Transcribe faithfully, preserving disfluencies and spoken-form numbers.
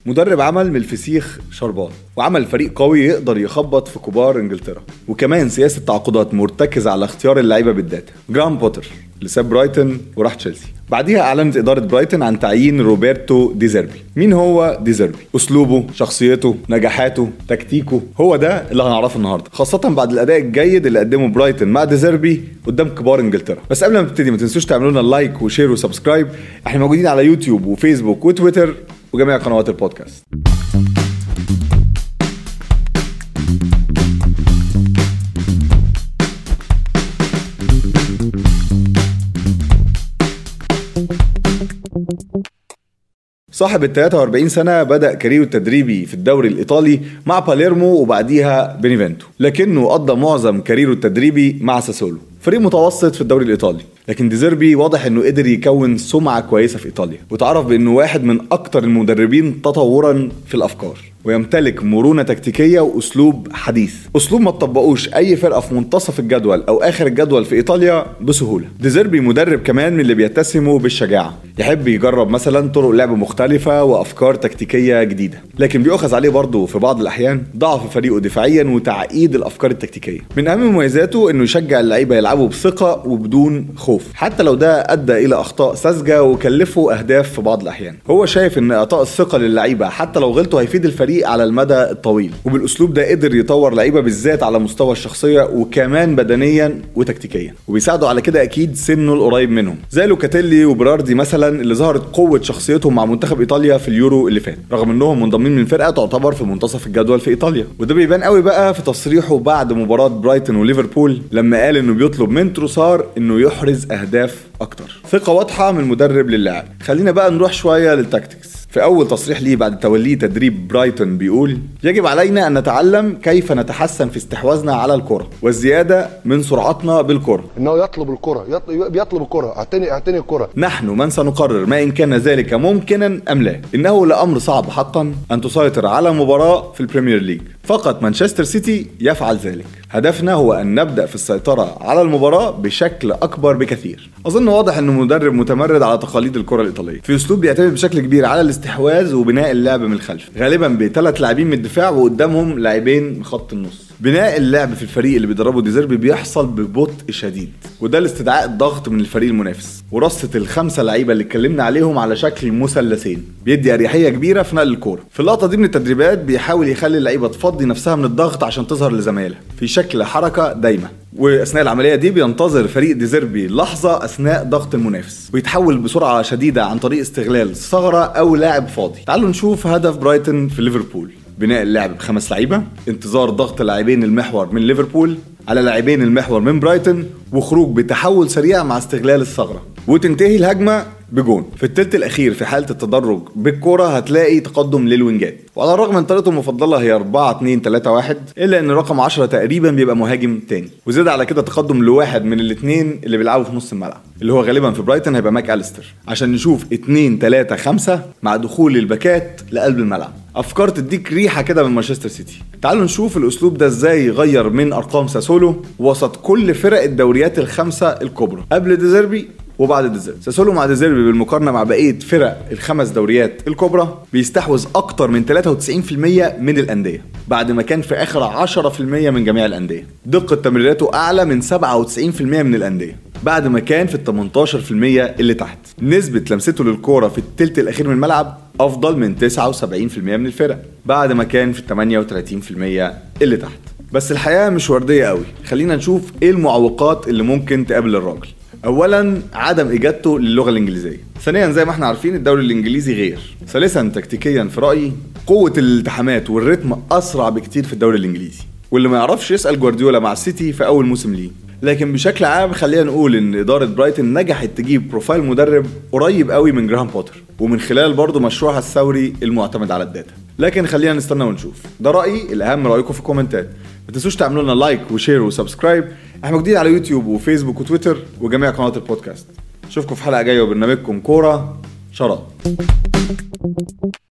مدرب عمل من الفسيخ شربات، وعمل فريق قوي يقدر يخبط في كبار انجلترا، وكمان سياسة تعاقدات مرتكزة على اختيار اللعيبة بالداتا. جراهام بوتر اللي ساب برايتون وراح تشيلسي. بعديها اعلنت ادارة برايتون عن تعيين روبرتو دي زيربي. مين هو دي زيربي؟ اسلوبه، شخصيته، نجاحاته، تكتيكه، هو ده اللي هنعرفه النهارده، خاصة بعد الاداء الجيد اللي قدمه برايتون مع دي زيربي قدام كبار انجلترا. بس قبل ما نبتدي ما تنسوش تعملوا لنا لايك وشير وسبسكرايب. احنا موجودين على يوتيوب وفيسبوك وتويتر وجميع قنوات البودكاست. صاحب ال ثلاثة وأربعين سنة بدأ كاريره التدريبي في الدوري الإيطالي مع باليرمو وبعديها بينيفنتو، لكنه قضى معظم كاريره التدريبي مع ساسولو، فريق متوسط في الدوري الإيطالي. لكن دي زيربي واضح انه قدر يكون سمعة كويسة في إيطاليا، وتعرف بانه واحد من اكتر المدربين تطورا في الافكار، ويمتلك مرونة تكتيكية واسلوب حديث، اسلوب ما تطبقوش اي فرقة في منتصف الجدول او اخر الجدول في ايطاليا بسهولة. دي زيربي مدرب كمان من اللي بيتسموا بالشجاعة، يحب يجرب مثلا طرق لعب مختلفة وافكار تكتيكية جديدة، لكن بيؤخذ عليه برضه في بعض الاحيان ضعف فريقه دفاعيا وتعقيد الافكار التكتيكية. من اهم مميزاته انه يشجع اللعيبة يلعبوا بثقة وبدون خوف، حتى لو ده ادى الى اخطاء ساذجه وكلفه اهداف في بعض الاحيان. هو شايف ان اعطاء الثقه للعيبه حتى لو غلطوا هيفيد الفريق على المدى الطويل، وبالاسلوب ده قدر يطور لعيبه بالذات على مستوى الشخصيه وكمان بدنيا وتكتيكيا، وبيساعدوا على كده اكيد سنه القريب منهم، زي لوكاتيلي وبراردي مثلا اللي ظهرت قوه شخصيتهم مع منتخب ايطاليا في اليورو اللي فات، رغم انهم منضمين من فرقه تعتبر في منتصف الجدول في ايطاليا. وده بيبان قوي بقى في تصريحه بعد مباراه برايتون وليفربول لما قال انه بيطلب من تروسار انه يحرز اهداف اكتر. ثقة واضحة من المدرب للاعب. خلينا بقى نروح شوية للتاكتكس. في اول تصريح ليه بعد توليه تدريب برايتون بيقول: يجب علينا ان نتعلم كيف نتحسن في استحواذنا على الكرة والزيادة من سرعتنا بالكرة. انه يطلب الكرة، يطلب الكرة، اعطني اعطني الكرة. نحن من سنقرر ما ان كان ذلك ممكنا ام لا. انه لامر صعب حقا ان تسيطر على مباراة في البريمير ليج، فقط مانشستر سيتي يفعل ذلك. هدفنا هو ان نبدأ في السيطرة على المباراة بشكل اكبر بكثير. اظن واضح انه مدرب متمرد على تقاليد الكرة الايطالية، في اسلوب بيعتمد بشكل كبير على الاستحواذ وبناء اللعب من الخلف، غالبا بثلاث لاعبين من الدفاع وقدامهم لاعبين من خط النص. بناء اللعب في الفريق اللي بيدربه دي زيربي بيحصل ببطء شديد، وده لاستدعاء الضغط من الفريق المنافس، ورصة الخمسة لعيبة اللي اتكلمنا عليهم على شكل مثلثين بيدي اريحية كبيرة في نقل الكورة. في اللقطة دي من التدريبات بيحاول يخلي اللعيبة تفضي نفسها من الضغط عشان تظهر لزمايلها في شكل حركة دايمة، واثناء العمليه دي بينتظر فريق دي زيربي لحظه اثناء ضغط المنافس ويتحول بسرعه شديده عن طريق استغلال ثغره او لاعب فاضي. تعالوا نشوف هدف برايتون في ليفربول. بناء اللعب بخمس لعيبه، انتظار ضغط لاعبين المحور من ليفربول على لاعبين المحور من برايتون، وخروج بتحول سريع مع استغلال الثغره، وتنتهي الهجمه بجون. في الثلث الاخير في حاله التدرج بالكره هتلاقي تقدم للوينجات، وعلى الرغم من طريقته المفضله هي أربعة اتنين ثلاثة واحد، الا ان رقم عشرة تقريبا بيبقى مهاجم تاني، وزاد على كده تقدم لواحد من الاثنين اللي بيلعبوا في نص الملعب اللي هو غالبا في برايتون هيبقى ماك أليستر، عشان نشوف اتنين ثلاثة خمسة مع دخول الباكات لقلب الملعب. افكار تديك ريحه كده من مانشستر سيتي. تعالوا نشوف الاسلوب ده ازاي غير من ارقام ساسولو وسط كل فرق الدوريات الخمسه الكبرى قبل دي زيربي وبعد دي زيربي. ساسولو مع دي زيربي بالمقارنه مع بقيه فرق الخمس دوريات الكبرى بيستحوذ اكتر من ثلاثة وتسعين بالمية من الانديه، بعد ما كان في اخر عشرة بالمية من جميع الانديه. دقه تمريراته اعلى من سبعة وتسعين بالمية من الانديه، بعد ما كان في ال ثمانية عشر بالمية اللي تحت. نسبه لمسته للكوره في الثلث الاخير من الملعب افضل من تسعة وسبعين بالمية من الفرق، بعد ما كان في ثمانية وثلاثين بالمية اللي تحت. بس الحياه مش ورديه قوي. خلينا نشوف ايه المعوقات اللي ممكن تقابل الراجل. اولا عدم اجادته للغه الانجليزيه. ثانيا زي ما احنا عارفين الدوري الانجليزي غير. ثالثا تكتيكيا في رايي قوه الالتحامات والريتم اسرع بكتير في الدوري الانجليزي، واللي ما يعرفش يسال جوارديولا مع السيتي في اول موسم ليه. لكن بشكل عام خلينا نقول ان اداره برايتون نجحت تجيب بروفايل مدرب قريب قوي من جراهام بوتر، ومن خلال برضه مشروعها الثوري المعتمد على الداتا. لكن خلينا نستنى ونشوف. ده رايي، الاهم رايكم في الكومنتات. ما تنسوش تعملوا لنا لايك وشير وسبسكرايب. احنا موجودين على يوتيوب وفيسبوك وتويتر وجميع قنوات البودكاست. اشوفكم في حلقه جايه وبرنامجكم كوره شراب.